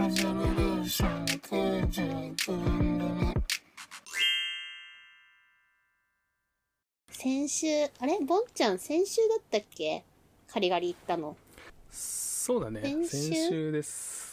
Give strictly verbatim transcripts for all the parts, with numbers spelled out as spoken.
ジェネレーションきゅうじゅういちねん組。先週あれボンちゃん先週だったっけ、カリガリ行ったの。 そうだね、 先週先週です。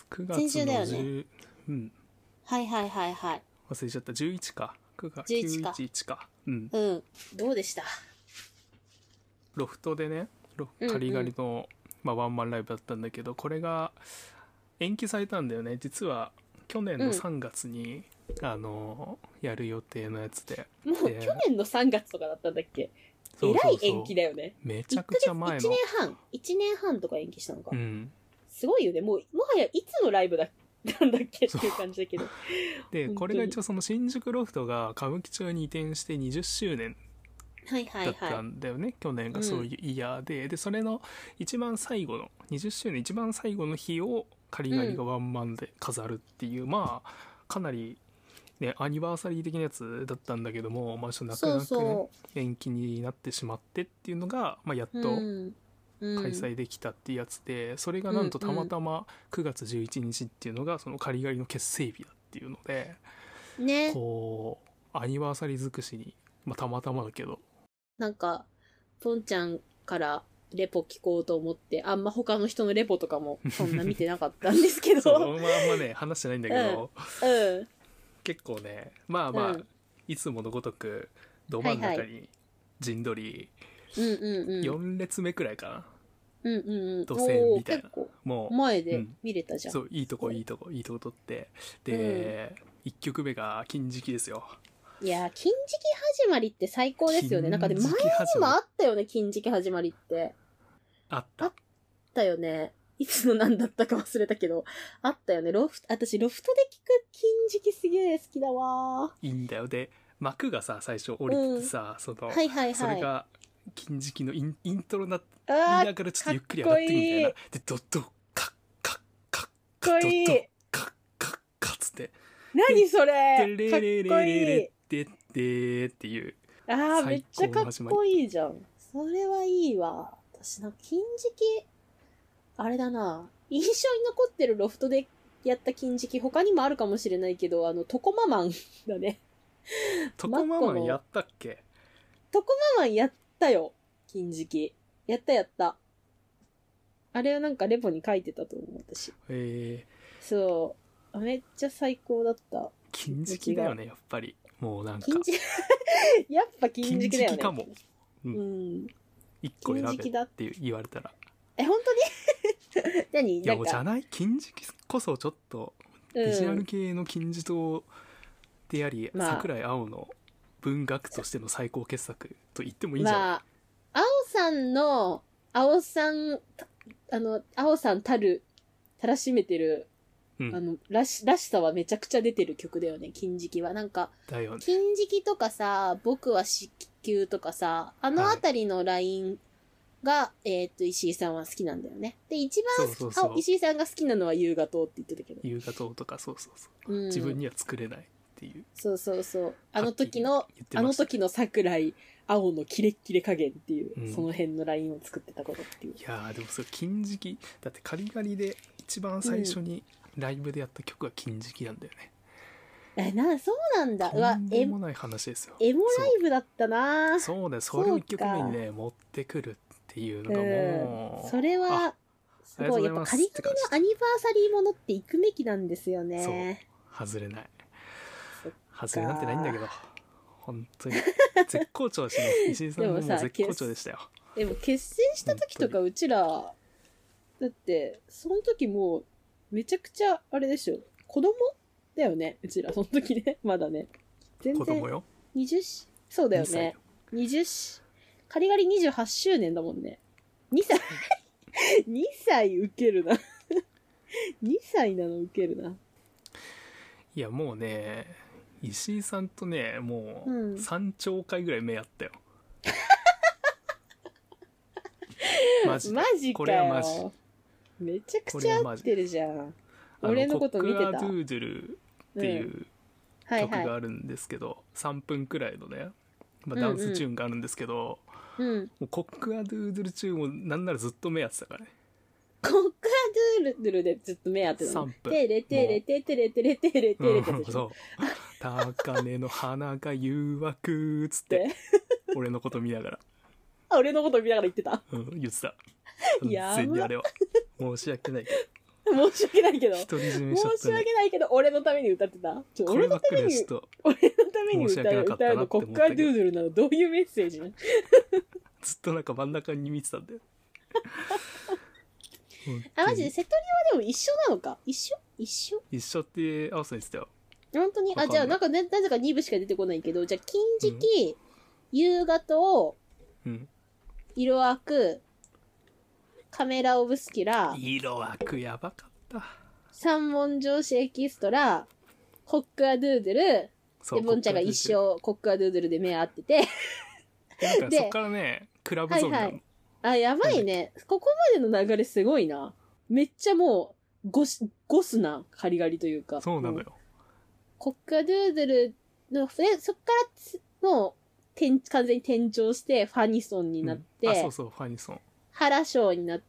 くがつの先週だよね。 じゅう、うん、 はいはいはいはい。 忘れちゃった。じゅういちか、くがつじゅういちかきゅういちいちか、うんうん、どうでした？ ロフトでね、ロうんうんカリガリの、まあ、ワンマンライブだったんだけど、これが延期されたんだよね。実は去年のさんがつに、うん、あのやる予定のやつで、 もう去年のさんがつとかだったんだっけ？えらい延期だよね。 めちゃくちゃ前のいちねんはんいちねんはんとか延期したのか、 うん、 すごいよね。もうもはやいつのライブだったんだっけっていう感じだけどでこれが一応その新宿ロフトが歌舞伎町に移転してにじゅっしゅうねんはいはいはいだったんだよね、去年がそういうイヤーで、うん、でそれの一番最後のにじゅっしゅうねん一番最後の日をカリガリがワンマンで飾るっていう、うん、まあかなりねアニバーサリー的なやつだったんだけども、まあ、ちょっと泣く泣くねそうそう延期になってしまってっていうのが、まあ、やっと開催できたっていうやつで、うん、それがなんとたまたまくがつじゅういちにちっていうのがそのカリガリの結成日だっていうので、 ね、 こうアニバーサリー尽くしに、まあ、たまたまだけどなんかポンちゃんからレポ聞こうと思って、あんま他の人のレポとかもそんな見てなかったんですけどそう、まあ、あんまね話してないんだけど、 うん、うん、 結構ねまあまあ、うん、いつものごとくど真ん中に陣取り、はいはい、うんうんうん、よん列目くらいかな、 うんうんうん、 土線みたいな、 もう前で見れたじゃん、 うん、そういいとこいいとこいいとこ取ってで、うん、いっきょくめが金色ですよ。 いや金色始まりって最高ですよね。なんかで前にもあったよね、金色始まりってあったあったよね。いつの何だったか忘れたけどあったよね。ロフト、私ロフトで聞く金色すげえ好きだわ。 いいんだよ。で幕がさ最初降りててさ、うん、その、 はいはいはい、 それが金色のイン、イントロな言いながらちょっとゆっくり上がってくみたいな。でドッドッカッカッカッカッドッドッカッカッカッつって何それかっこいいででっていう、 あーめっちゃかっこいいじゃん。それはいいわ。私なんか金色あれだな、印象に残ってるロフトでやった金色他にもあるかもしれないけど、あのトコママンだね。 トコママンやったっけ？ トコママンやったよ、金色やったやった。あれはなんかレポに書いてたと思う私。 へえ。 そうめっちゃ最高だった。 金色だよねやっぱり。もうなんかやっぱ金色だよね。 金色かも。うん。うん、一個選べって言われたら。 え本当に？何？ いやもうじゃない金色こそちょっとビジュアル系の金字塔であり、うん、桜井青の文学としての最高傑作と言ってもいいんじゃない？まあ青さんの青さんあの青さんたるたらしめてる。うん、あのらし、らしさはめちゃくちゃ出てる曲だよね、金色は。なんか、ね、金色とかさ、僕は子宮とかさ、あのあたりのラインが、はい、えっと、石井さんは好きなんだよね。で、一番そうそうそう、石井さんが好きなのは夕方って言ってたけど。 夕方とか、そうそうそう、うん。自分には作れないっていう。 そうそうそう。あの時の、あの時の桜井青のキレッキレ加減っていう、うん、その辺のラインを作ってたことっていう。 いやー、でもそれ金色、だってカリガリで一番最初に、うんライブでやった曲は金色なんだよね。 え、な、そうなんだ。 とんでもない話ですよ。 エモライブだったな。 そうだよ、それをいっきょくめにね持ってくるっていうのがもう、 うん、それはすごい。やっぱカリガリのアニバーサリーものって行くべきなんですよね。 そう、外れない。外れなんてないんだけど、本当に絶好調だしね。石井さんも絶好調でしたよ。 でも結成した時とかうちらだってその時もうめちゃくちゃあれでしょ、子供だよねうちらその時ね。まだね全然子供よ。 にじゅうそうだよね。にじゅうカリガリにじゅうはちしゅうねんだもんね。にさいにさいウケるなにさいなのウケるな。 いやもうね石井さんとねもうさんちょうかいぐらい目あったよ、うん、マジでマジかよ。 これはマジ。 めちゃくちゃ合ってるじゃん。俺のこと見てた。 コックアドゥードゥルっていう曲があるんですけど、うんはいはい、さんぷんくらいのね、まあ、ダンスチューンがあるんですけど、 うんうん、 もうコックアドゥードゥル中もなんならずっと目やってたからね。 コックアドゥルルでずっと目当てたの。 さんぷんテレテレテテレテレテレテレってやつでしょ。 そう高嶺の花が誘惑っつって俺のこと見ながらあ、俺のこと見ながら言ってた。 うん、言ってた。 やば完全にあれは申し訳ないけ申し訳ないけど。 ど独り占めしちゃった、ね、 申し訳ないけど、俺のために歌ってた。ちょこればっかりはちょっと俺のために歌う歌うのコッカードゥードゥルなのどういうメッセージなの？ ずっとなんか真ん中に見てたんだよ。 あ、マジで瀬戸りはでも一緒なのか？一緒一緒一緒って合わせにしてたよ。 本当に？あ、じゃあなんかね、なぜかに部しか出てこないけど、じゃあ金色、うん、夕方、うん、色悪、カメラオブスキュラ、 色悪やばかった。 三文上司エキストラ、コックアドゥードゥル、で、ボンちゃんが一生コックアドゥードゥルで目合ってて。 なんかそっからね、クラブゾーンなの。はいはい、 あ、やばいね。ここまでの流れすごいな。めっちゃもう、ゴス、ゴスなカリガリというか。 そうなのよ。 コックアドゥードゥルの、え、そっからもう、完全に転調してファニソンになって、うん、 あ、そうそう、ファニソン。 原章になって、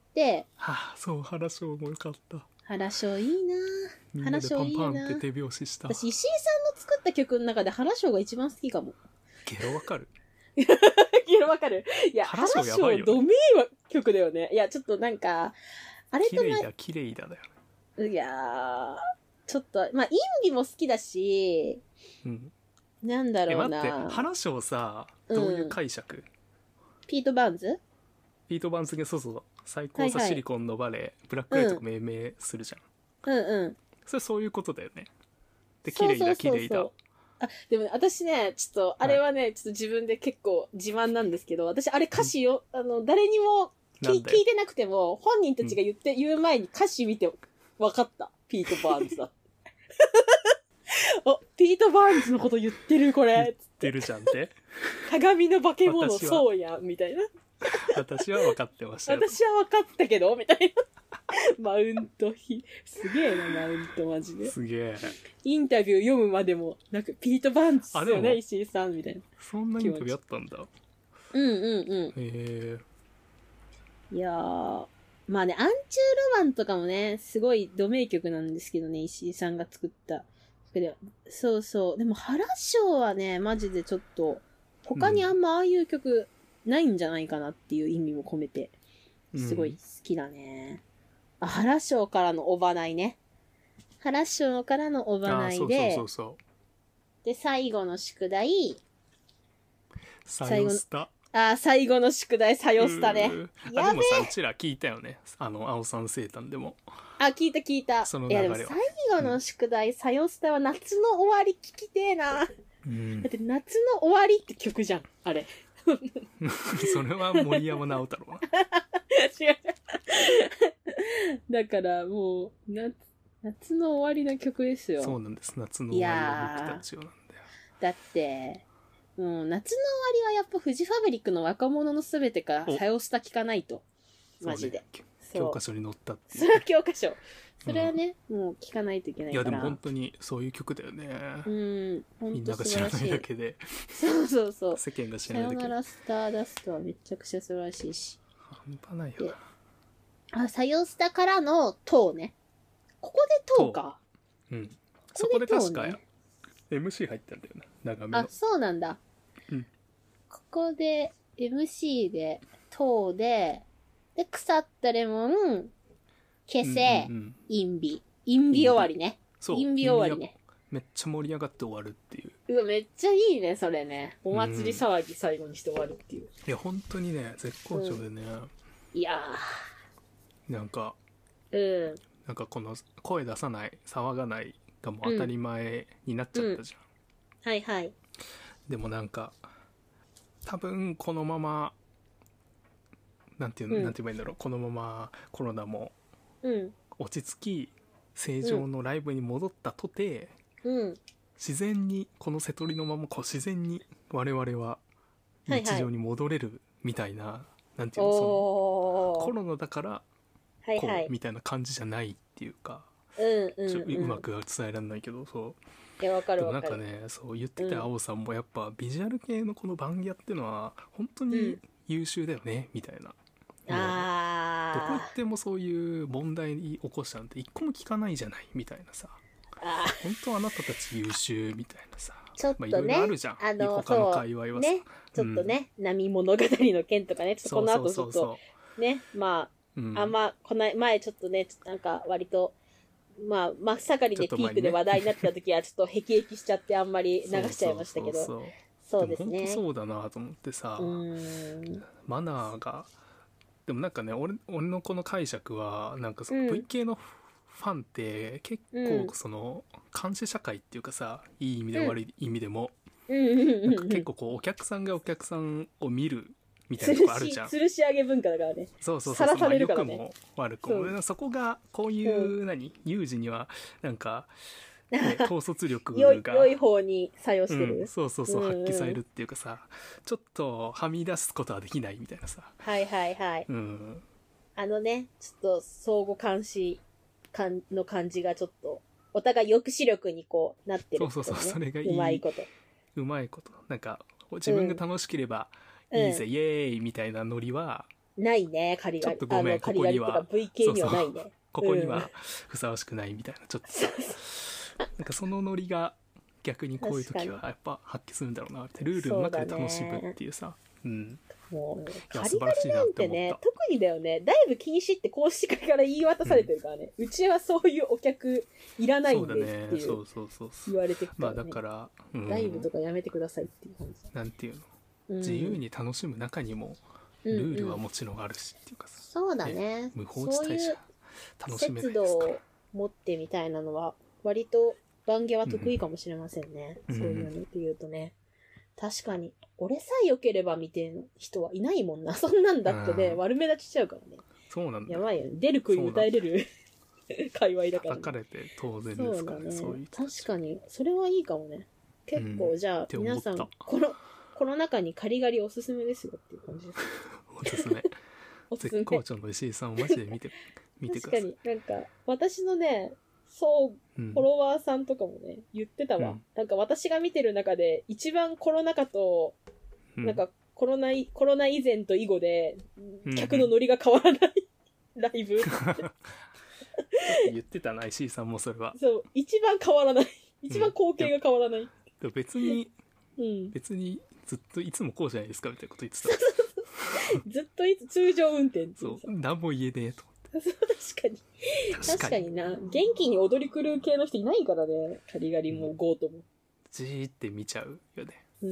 はあ、そう、原章もよかった。 原章いいなぁ。原章いいな。 パンパンって手拍子した。 私、石井さんの作った曲の中で原章が一番好きかも。 ゲロわかるゲロわかるいや、原章やばいよ、ね、ドメイ曲だよね。いや、ちょっとなんか、あれと綺麗だ、綺麗だだよね。いやー、ちょっと、まあ、インビも好きだし、うん。なんだろうな。 え、待って、原章さ、どういう解釈、うん、 ピート・バーンズピート・バーンズがそうそう。最高さ、はいはい、シリコンのバレー、ブラックライトが命名するじゃん。うん、うんうん。それそういうことだよね。で、綺麗だ、綺麗だ。 あ、でもね、私ね、ちょっと、あれはね、はい、ちょっと自分で結構自慢なんですけど、私、あれ歌詞よ、あの、誰にも聞いてなくても、本人たちが言って、うん、言う前に歌詞見て分かった。ピート・バーンズだ。お、ピート・バーンズのこと言ってる、これ。 言ってるじゃんって。 鏡の化け物、そうやん、みたいな。 私は分かってましたよ。 私は分かったけどみたいな。マウントひ、すげえな、マウントマジで。 すげえ。インタビュー読むまでも、なんか、ピート・バーンズですよね、石井さん、みたいな。 そんなインタビューあったんだ。 うんうんうん。へえ。 いやー、まあね、アンチューロマンとかもね、すごいド名曲なんですけどね、石井さんが作った。そうそう。でも、原章はね、マジでちょっと、他にあんまああいう曲ないんじゃないかなっていう意味も込めて、すごい好きだね。うん、あ、原章からのおばないね。原章からのおばないで、そうそうそうそう。で、最後の宿題、 サヨスタ。 あ、最後の宿題、サヨスタね。 あ、でもさ、うちら聞いたよね。あの、青さん生誕でも。 あ、聞いた聞いた。 その流れは。 いや、でも最後の宿題、うん、サヨスタは夏の終わり聞きてえな。うん、だって夏の終わりって曲じゃん、あれ。 それは森山直太朗な。 違う。だからもう、夏、夏の終わりの曲ですよ。 そうなんです。夏の終わりは僕たちよなんだよ。 だって、もう夏の終わりはやっぱフジファブリックの若者のすべてからサヨスタ聞かないと。マジで。 教科書に載ったっていう。 それは教科書。それはね、うん、もう聞かないといけないから。 いやでも本当にそういう曲だよね。 うん、 みんなが知らないだけで。 そうそうそう。 世間が知らないだけで。 さよならスターダストはめちゃくちゃ素晴らしいし。 半端ないよな。あ、サヨスタからのトーね。ここでトーか。 うん。そこで確かや。エムシー 入ったんだよな。長めの。 あ、そうなんだ。うん。ここで エムシー でトーで、で、腐ったレモン、消せ、うんうんうん、インビ。インビ終わりね。そう。インビ終わりね。 めっちゃ盛り上がって終わるっていう。 うわ、めっちゃいいね、それね。お祭り騒ぎ最後にして終わるっていう。うん、 いや、本当にね、絶好調でね。 うん、いやー。なんか、 うん。 なんかこの声出さない、騒がないがもう当たり前になっちゃったじゃん。 うん、はいはい。 でもなんか、多分このまま、なんていうの、うん、なんて言えばいいんだろう、このままコロナも落ち着き、正常のライブに戻ったとて、うん、自然にこの瀬戸りのままこう自然に我々は日常に戻れるみたいな、はいはい、なんていうの、そのコロナだからこう、はいはい、みたいな感じじゃないっていうか、 うんうんうん、 ちょっとうまくは伝えられないけど、そういやわかるわかる。 でもなんかね、そう言ってた青さんもやっぱビジュアル系のこのバンギャっていうのは本当に優秀だよね、うん、みたいな。 あこ行ってもそういう問題起こしたなんて一個も聞かないじゃないみたいなさ、 あ本当あなたたち優秀みたいなさ、 ちょっとね、 まあ、いろいろあるじゃん、 あの他の界隈はさ、 ね、ちょっとね、うん、波物語の件とかね、ちょっとこの後ちょっとね、まあ、うん、あんまこの前ちょっとね、なんか割とまあ真っ盛りでピークで話題になってた時はちょっとへきへきしちゃってあんまり流しちゃいましたけど、そうそうそうそう、そうですね。 本当そうだなと思ってさ、マナーがでもなんかね、俺, 俺のこの解釈はなんかその ブイケー のファンって結構その監視社会っていうかさ、いい意味で悪い意味でも、なんか結構こうお客さんがお客さんを見るみたいなとこあるじゃん。 吊るし上げ文化だからね。 そうそうそう、 さらされるからね。 まあ、良くも悪くも そ, そこがこういう、うん、何有事にはなんかね、統率力が良い方に作用してる、 うん、そうそうそう、うんうん、発揮されるっていうかさ、ちょっとはみ出すことはできないみたいなさ、 はいはいはい、うん、あのね、ちょっと相互監視感の感じがちょっとお互い抑止力にこうなってる、ね、 そうそうそう、それがいい、 うまいことうまいことなんか自分が楽しければいいぜ、うん、イエーイみたいなノリはないね、仮がちょっとごめん、ここにはブイケー にはないね、そうそう、 ここにはふさわしくないみたいな、ちょっとなんかそのノリが逆にこういう時はやっぱ発揮するんだろうなって、ルールの中で楽しむっていうさ、う、ね、うん、 もうカリカリなんてね、特にだよね、だいぶ禁止って公式から言い渡されてるからね、うん、うちはそういうお客いらないんでっていう言われてるからね、まあだから、うん、ライブとかやめてくださいっていう感じ、 なんていうの、うん、自由に楽しむ中にもルールはもちろんあるしっていうかさ、 うんうん、そうだね、 無法地帯じゃ楽しめないですから、節度を持ってみたいなのは割と番下は得意かもしれませんね、うん、そういうのって言うとね、確かに俺さえ良ければ見てる人はいないもんな、そんなんだってね、悪目立ちしちゃうからね、 そうなんだ、 やばいよね、出る杭歌えれる界隈だから、ね、 叩かれて当然ですからね、そうだね、そういう確かにそれはいいかもね、結構、うん、じゃあ皆さんこのこの中にカリガリおすすめですよっていう感じですおすすめおすすめ、絶好調の石井さんをマジで見て見てください。 確かになんか私のね、そう、うん、フォロワーさんとかもね言ってたわ、うん、なんか私が見てる中で一番コロナ禍と、うん、なんかコロナコロナ以前と以後で客のノリが変わらない、うん、ライブ言ってたな、石井さんもそれは。 そう、一番変わらない一番光景が変わらない、うん、 でも別に、うん、別にずっといつもこうじゃないですかみたいなこと言ってたずっといつ通常運転ってそう何も言えねえと思って確かに確かにな、元気に踊り狂う系の人いないからね、カリガリもゴートも、うん、 じーって見ちゃうよね。 うん、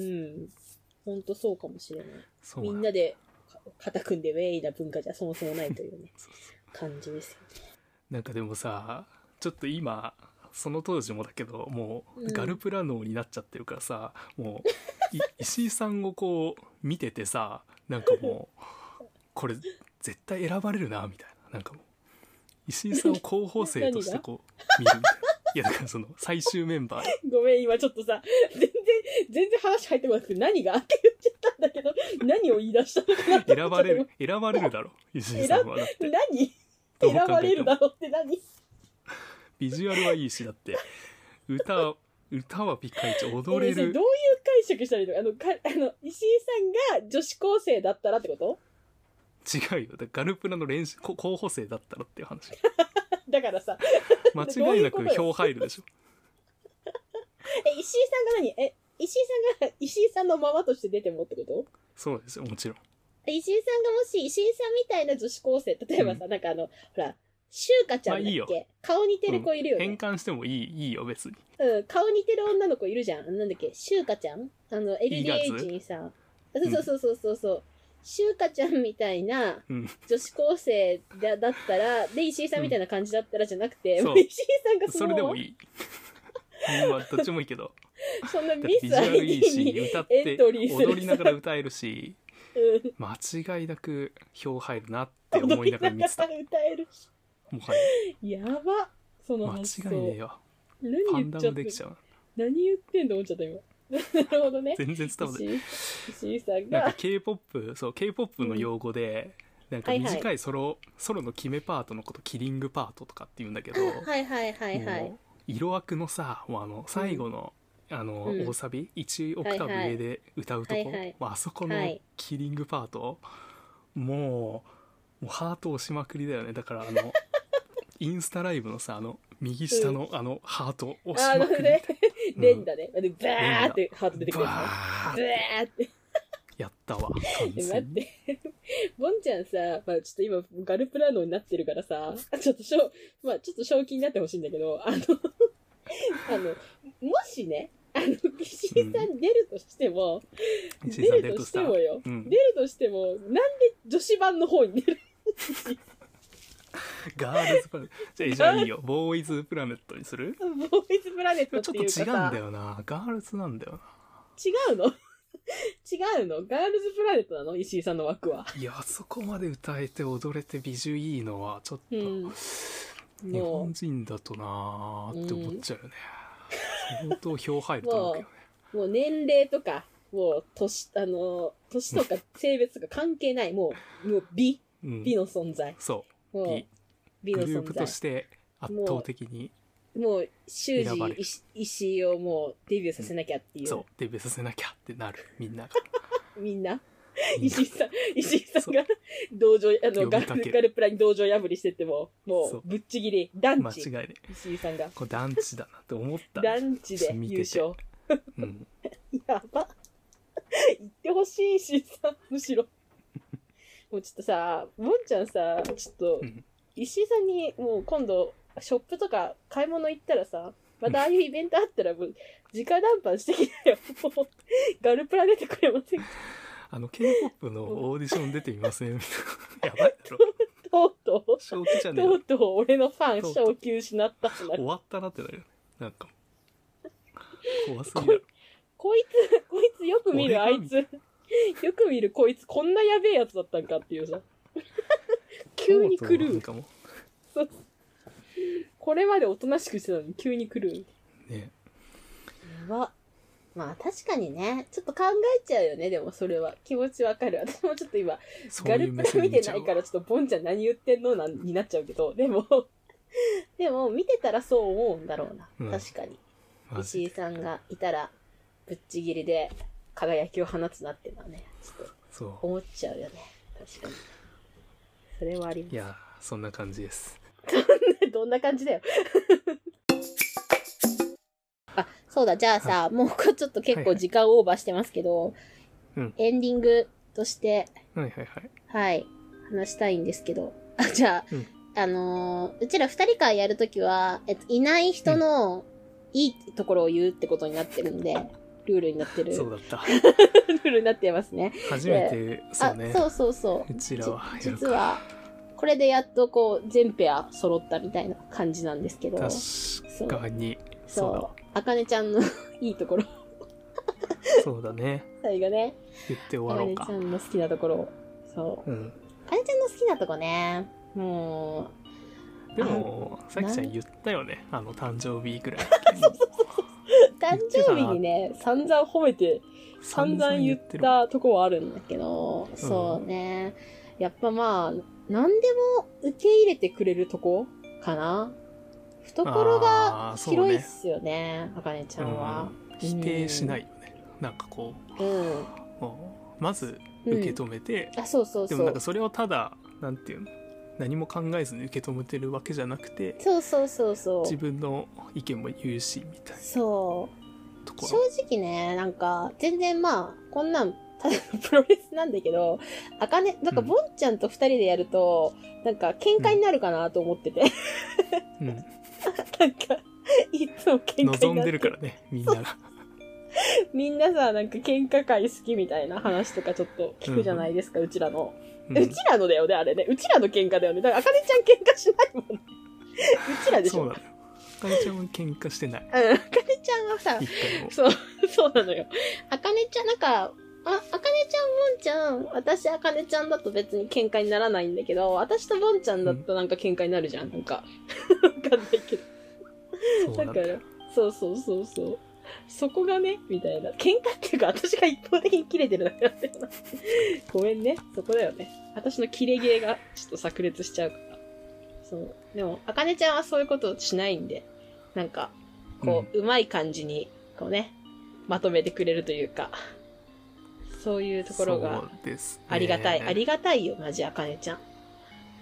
ほんとそうかもしれない。みんなで肩組んでウェイな文化じゃそもそもないというねそうそう感じですよね。 なんかでもさ、ちょっと今その当時もだけどもうガルプラ脳になっちゃってるからさ、うん、もう石井さんをこう見ててさ、なんかもうこれ絶対選ばれるなみたいな、なんかもう石井さんを候補生としてこう見るみたいな。いやだからその最終メンバーごめん今ちょっとさ全然全然話入ってこなくて何がって言っちゃったんだけど何を言い出したのかなって選ばれる選ばれるだろ石井さんは。だって何選ばれるだろって何ビジュアルはいいし、だって歌歌はピカイチ踊れる、 どういう解釈したらいいの？あのかあの石井さんが女子高生だったらってこと？ 違うよ、だガルプラの練習候補生だったらっていう話だからさ間違いなく票入るでしょえ、石井さんが何え、石井さんが石井さんのままとして出てもってこと？ そうですよ、もちろん。 石井さんがもし石井さんみたいな女子高生、例えばさ、うん、なんかあのほらシュウカちゃんだっけ、まあいいよ、顔似てる子いるよね、 うん、変換してもいいいいよ別に。 うん、顔似てる女の子いるじゃん、なんだっけ、シュウカちゃん、あの エルディーエイチ にさ、そうそうそうそうそう、うん、シュウカちゃんみたいな女子高生 だ, だったらで石井さんみたいな感じだったらじゃなくて、うん、石井さんがそ, それでもいい今どっちもいいけどそんなミスアイディにエントリーする、 踊りながら歌えるし、うん、間違いなく票入るなって思いながら見てた。 踊りながら歌えるし、 もはややば、その発想間違いねえよ、 何言っちゃって、何言ってんだ思っちゃった今なるほどね、 全然伝わる。 石井さんがなんか K-ポップ、そう K-ポップ の用語で、うん、なんか短いソロ、はいはい、ソロの決めパートのことキリングパートとかって言うんだけど、 はいはいはいはい、 色枠のさ、もうあの最後の、うん、あの、うん、大サビいちオクターブ上で歌うとこ、はいはい、あそこのキリングパート、はいはい、もうもうハート押しまくりだよね。だからあのインスタライブのさ、あの右下のあのハート押しまくりみたいな、 うん、連打ね、でバーってハート出てくるの、バーってやったわ。 待ってボンちゃんさ、まあ、ちょっと今ガルプラノになってるからさ、ちょっとしょ、まあ、ちょっと正気になってほしいんだけど、あのあのもしね、あの石井さん出るとしても、うん、出るとしてもよ、うん、出るとしてもなんで女子版の方に出るガールズプラネット。じゃあ、じゃあいいよ。ボーイズプラネットにする？ ボーイズプラネットっていうかさ、 ちょっと違うんだよな。ガールズなんだよな。 違うの違うのガールズプラネットなの石井さんの枠は。 いや、あそこまで歌えて踊れて美女いいのはちょっと、うん、日本人だとなーって思っちゃうよね。うん、相当票入ると思うけどね。 もう、もう年齢とか、もう年、あの、年とか性別とか関係ない、もう、もう美、うん、美の存在。 そう。 もう美。美の存在。グループとして圧倒的に。 もう修二石井をもうデビューさせなきゃっていう、うん、 そうデビューさせなきゃってなるみんながみんな石井さん石井さんが道場あのガルガルプラに道場破りしててももうぶっちぎり団地間違いで石井さんがこれ団地だなって思った団地で優勝、うん、やば言ってほしい石井さんむしろもうちょっとさもんちゃんさちょっと、うん、石井さんにもう今度ショップとか買い物行ったらさ、またああいうイベントあったらもう直談判してきたよ。もうガルプラ出てくれませんか？ あの K-ポップ のオーディション出てみませんみたいな。やばいだろ。 とうとう正気じゃねえとうとう俺のファン正気失ったってなる。 終わったなってなるよね。なんか怖すぎる。 こいつこいつよく見るあいつよく見るこいつこんなやべえやつだったんかっていうさ。急に来る。そうこれまでおとなしくしてたのに急に来るね。 やば。まあ確かにねちょっと考えちゃうよね。でもそれは気持ちわかる。私もちょっと今ガルプラ見てないからちょっとボンちゃん何言ってんのなんになっちゃうけど、でもでも見てたらそう思うんだろうな、うん、確かに石井さんがいたらぶっちぎりで輝きを放つなっていうのはねちょっと思っちゃうよね。確かにそれはあります。 いやそんな感じです。 どんな感じだよあ、そうだ、じゃあさ、はい、もうちょっと結構時間オーバーしてますけど、はいはい、エンディングとして、 はいはいはい。 はい、話したいんですけど、あ、じゃあ、うん、あのー、うちら二人会やるときは、えっと、いない人のいいところを言うってことになってるんで、ルールになってる。 そうだった。 ルールになってますね。 初めて、そうね。 あ、そうそうそう。 うちらはやるか。 実は、これでやっとこう全ペア揃ったみたいな感じなんですけど、 確かにそうあかねちゃんのいいところそうだね最後ね言って終わろうか。 あかねちゃんの好きなところそう、うん、あかねちゃんの好きなとこねもうでもさきちゃん言ったよねあの誕生日ぐらいそうそうそう誕生日にね散々褒めて散々言ったとこはあるんだけど、うん、そうねやっぱまあ何でも受け入れてくれるとこかな。懐が広いっすよね、あかねちゃんは、 うん。否定しないよね。うん、なんかこう、うん、もうまず受け止めて、 うん、あそうそうそう。 でもなんかそれをただなんていうの何も考えずに受け止めてるわけじゃなくて、 そうそうそうそう。 自分の意見も言うしみたいな。 そう。正直ねなんか全然まあこんなん。プロレスなんだけど、あかね、なんか、ボンちゃんと二人でやると、うん、なんか、喧嘩になるかなと思ってて。うん。なんか、いつも喧嘩になって。 望んでるからね、みんなが。 みんなさ、なんか喧嘩会好きみたいな話とかちょっと聞くじゃないですか、うん、うちらの、うん。うちらのだよね、あれね。うちらの喧嘩だよね。だから、あかねちゃん喧嘩しないもんね。うちらでしょ。 そうなの。あかねちゃんは喧嘩してない。 うん、あかねちゃんはさ、そう、そうなのよ。あかねちゃんなんか、あ、あかねちゃん、ボンちゃん、私あかねちゃんだと別に喧嘩にならないんだけど、私とボンちゃんだとなんか喧嘩になるじゃん、なんか。わかんないけど。だから、そうそうそうそう。そこがね、みたいな。喧嘩っていうか、私が一方的にキレてるだけなんだよな。ごめんね、そこだよね。私のキレゲーがちょっと炸裂しちゃうから。そう。でも、あかねちゃんはそういうことしないんで、なんか、こう、うん、うまい感じに、こうね、まとめてくれるというか、そういうところがありがたい、ありがたいよマジあかねちゃん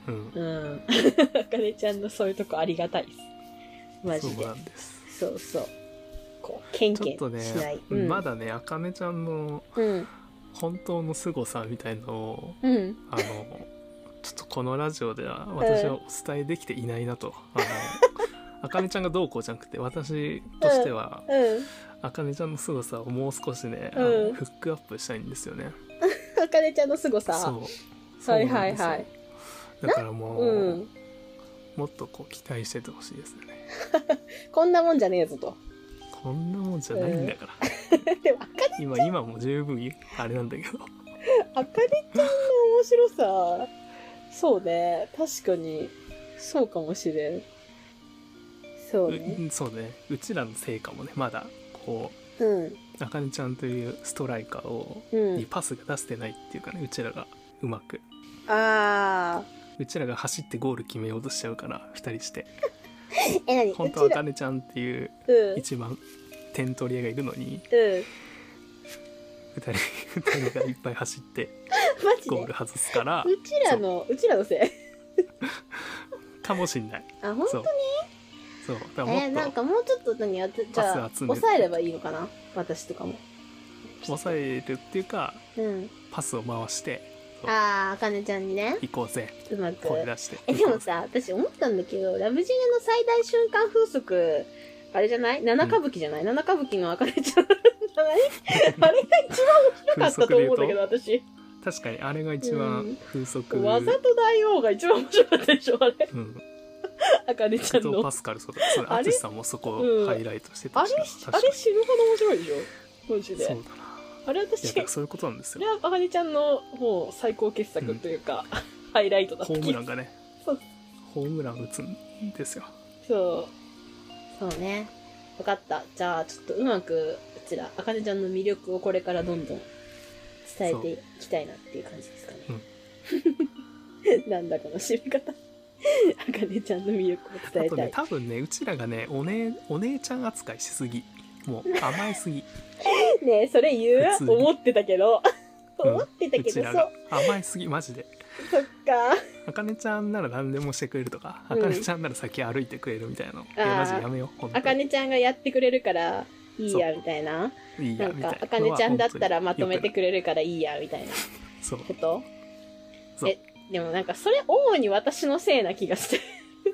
うん。 うん。あかねちゃんのそういうとこありがたいです。マジで。 そうなんです。 そうそう。こう、ケンケンしない。 ちょっとね、うん、まだね、あかねちゃんの本当の凄さみたいのを、うん、あの、ちょっとこのラジオでは私はお伝えできていないなと。あの、あかねちゃんがどうこうじゃなくて、私としては、あかねちゃんの凄さをもう少しね、うん、フックアップしたいんですよね。 あかねちゃんの凄さ。 そう。 そうはいはいはい。 だからもう、うん、もっとこう期待しててほしいですね。 こんなもんじゃねえぞと。 こんなもんじゃないんだから。うん、でもあかねちゃん今今も十分あれなんだけど。 あかねちゃんの面白さ、そうね、確かにそうかもしれん。そうね。 うそうね。うちらのせいかもね。まだこう、うん、あかねちゃんというストライカーを、うん、にパスが出せてないっていうかね、うちらがうまく。ああ。うちらが走ってゴール決めようとしちゃうからふたりしてえ何本当はあかねちゃんっていう一番点取り屋がいるのに、うん、ふたりふたりがいっぱい走ってゴール外すからうちらのうちらのせいかもしんない。 あ本当にそうだからもっと、えー、なんかもうちょっと何やってじゃあ抑えればいいのかな私とかも抑えるっていうか、うん、パスを回してああ、あかねちゃんにね。 行こうぜ。 うまく。 声出して。 え、でもさ、私思ったんだけど、ラブジェネの最大瞬間風速、あれじゃない七歌舞伎じゃない、うん、七歌舞伎のあかねちゃんじゃないあれが一番面白かったと思うんだけど、私。 確かに、あれが一番風速。うん、 わざと大王が一番面白かったでしょ、あれ。うん。あかねちゃんの。 パスカルそうだ。そう、アツシさんもそこをハイライトしてたし、 うん、あれ、あれ死ぬほど面白いでしょマジで。 そうだな。 あれ私がそういうことなんですよ。 あれはあかねちゃんのもう最高傑作というか、うん、ハイライトだったホームランがねそうホームラン打つんですよ。 そうそうね。分かった。じゃあちょっとうまくうちらあかねちゃんの魅力をこれからどんどん伝えていきたいなっていう感じですかね。うん、なんだこの締め方あかねちゃんの魅力を伝えたい。あとね多分ねうちらがねお姉お姉ちゃん扱いしすぎもう甘えすぎねえそれ言う思ってたけど思ってたけど、うん、そう甘えすぎマジでそっかあかねちゃんなら何でもしてくれるとかあかねちゃんなら先歩いてくれるみたいなの、うん、いやマジやめようあかねちゃんがやってくれるからいいやみたいないいやみたいなあかねちゃんだったらまとめてくれるからいいやみたいなそうことそうえでもなんかそれ主に私のせいな気がして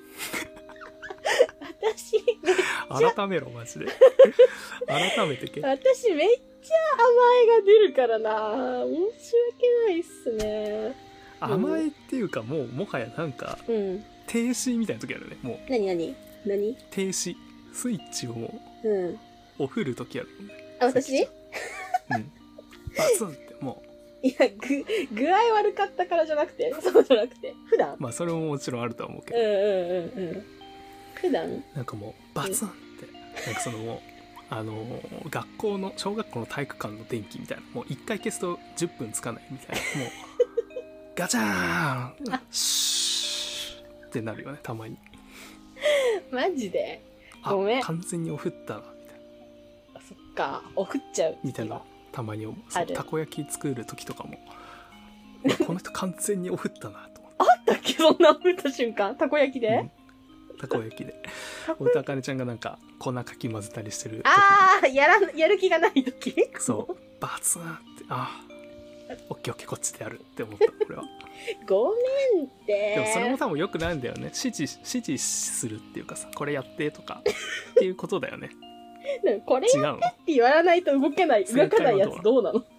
私めっちゃ改めろマジで改めてけ私めっちゃ甘えが出るからな申し訳ないっすね。 甘えっていうかもうもはやなんか、うん、停止みたいな時あるねもう何何何停止スイッチをもう、うん、オフる時あるもんね。 あ私うんバツンってもういやぐ具合悪かったからじゃなくてそうじゃなくて普段まあそれももちろんあるとは思うけどうんうんうんうん普段なんかもうバツンって、うん、なんかそのもうあのー、学校の小学校の体育館の電気みたいなもう一回消すとじゅっぷんつかないみたいなもうガチャーンシューってなるよねたまにマジでごめん完全にオフったなみたいなあそっかオフっちゃうみたいなたまに思うたこ焼き作る時とかもこの人完全にオフったなと思ってあったっけそんなオフった瞬間たこ焼きで、うんたこ焼きでおたかねちゃんがなんか粉かき混ぜたりしてる時ああやらやる気がない時そうバツンってああオッケーオッケーこっちでやるって思った俺はごめんってでもそれも多分よくないんだよね指示指示するっていうかさこれやってとかっていうことだよねこれやってって言わないと動けない動かないやつどうなの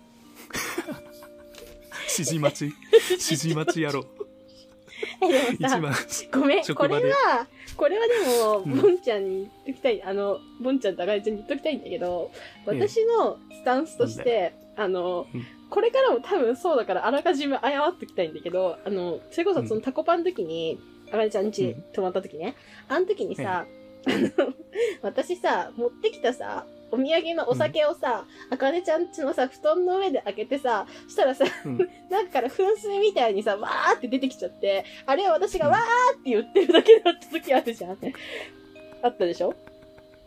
指示待ち指示待ちやろうえでもさごめんこれはこれはでも、うん、ボンちゃんに言っときたいあのボンちゃんとあかねちゃんに言っときたいんだけど私のスタンスとして、ええ、あの、うん、これからも多分そうだからあらかじめ謝っときたいんだけどあのそれこそそのタコパンの時に、うん、あかねちゃん家泊まった時ね、うん、あの時にさ、ええ、あの私さ持ってきたさお土産のお酒をさ、あかねちゃんちのさ、布団の上で開けてさ、したらさ、うん、中から噴水みたいにさ、わーって出てきちゃって、あれは私がわーって言ってるだけだった時あるじゃん。あったでしょ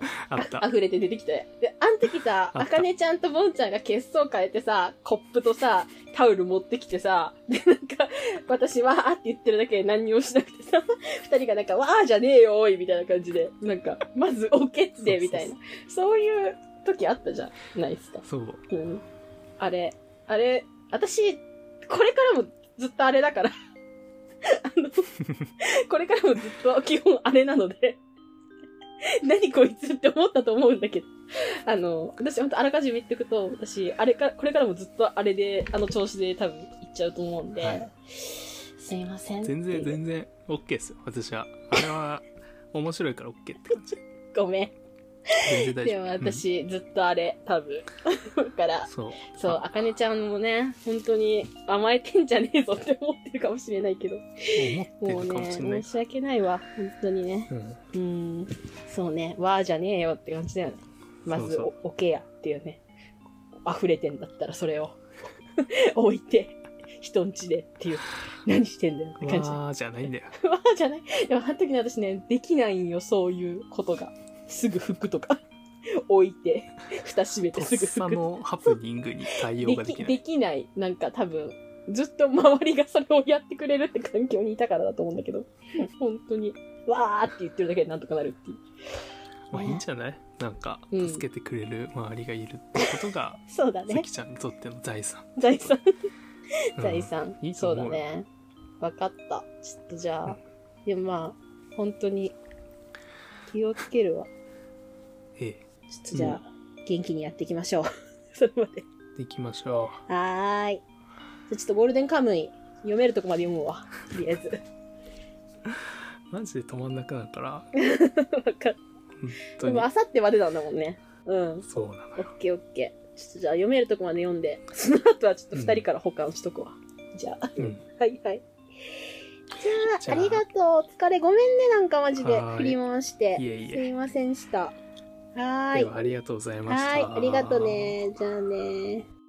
あった。 溢れて出てきて。で、あん時さ、あかねちゃんとボンちゃんが血相変えてさ、コップとさ、タオル持ってきてさ、で、なんか、私わーって言ってるだけで何にもしなくてさ、二人がなんか、わーじゃねえよおいみたいな感じで、なんか、まずオケってみたいな。そういう時あったじゃん。ないっすか。 そう。 うん。あれ、あれ、私、これからもずっとあれだから。あの、これからもずっと基本あれなので、何こいつって思ったと思うんだけど。あの、私ほんとあらかじめ言ってくと、私、あれか、これからもずっとあれで、あの調子で多分行っちゃうと思うんで、はい、すいません。 全然、全然 OK ですよ、私は。あれは、面白いから OK って感じ。 ごめん。 全然大丈夫。 でも私、うん、ずっとあれ、多分。だから、そう。そう、あかねちゃんもね、本当に甘えてんじゃねえぞって思ってるかもしれないけど。思ってるかもしれない。もうね、申し訳ないわ、本当にね。うん。うんそうね、わーじゃねえよって感じだよね。まず、そうそうお、おけやっていうね。溢れてんだったらそれを置いて、人ん家でっていう。何してんだよって感じ。 わーじゃないんだよ。 わーじゃない。でも、あの時に私ね、できないんよ、そういうことが。すぐ拭くとか置いて蓋閉めてすぐ拭く。とっさのハプニングに対応ができない。 でき、できない。なんか多分ずっと周りがそれをやってくれるって環境にいたからだと思うんだけど、本当にわーって言ってるだけでなんとかなるっていう。 まあいいんじゃない？なんか助けてくれる周りがいるってことが、 うん、そうだね。 さきちゃんにとっての財産。 財産。財産。 うん、いいそうだね。わかった。ちょっとじゃあ、うん、でもまあ本当に気をつけるわ。 ええ、 ちょっとじゃあ、うん、元気にやっていきましょう。それまで。 できましょう。はーい。じゃあちょっとゴールデンカムイ読めるとこまで読むわ。とりあえず。 マジで止まんなくなるから。わかる。でも、あさってまでなんだもんね。うん。 そうなのよ。 オッケーオッケー。ちょっとじゃあ読めるとこまで読んで、その後はちょっと二人から保管しとくわ。うん、じゃあ。うん、はいはい。じゃあ、ありがとう。お疲れ。ごめんね、なんかマジで振り回して。いえいえ。すいませんでした。はーい。 ではありがとうございました。 はい、ありがとうね。じゃあね。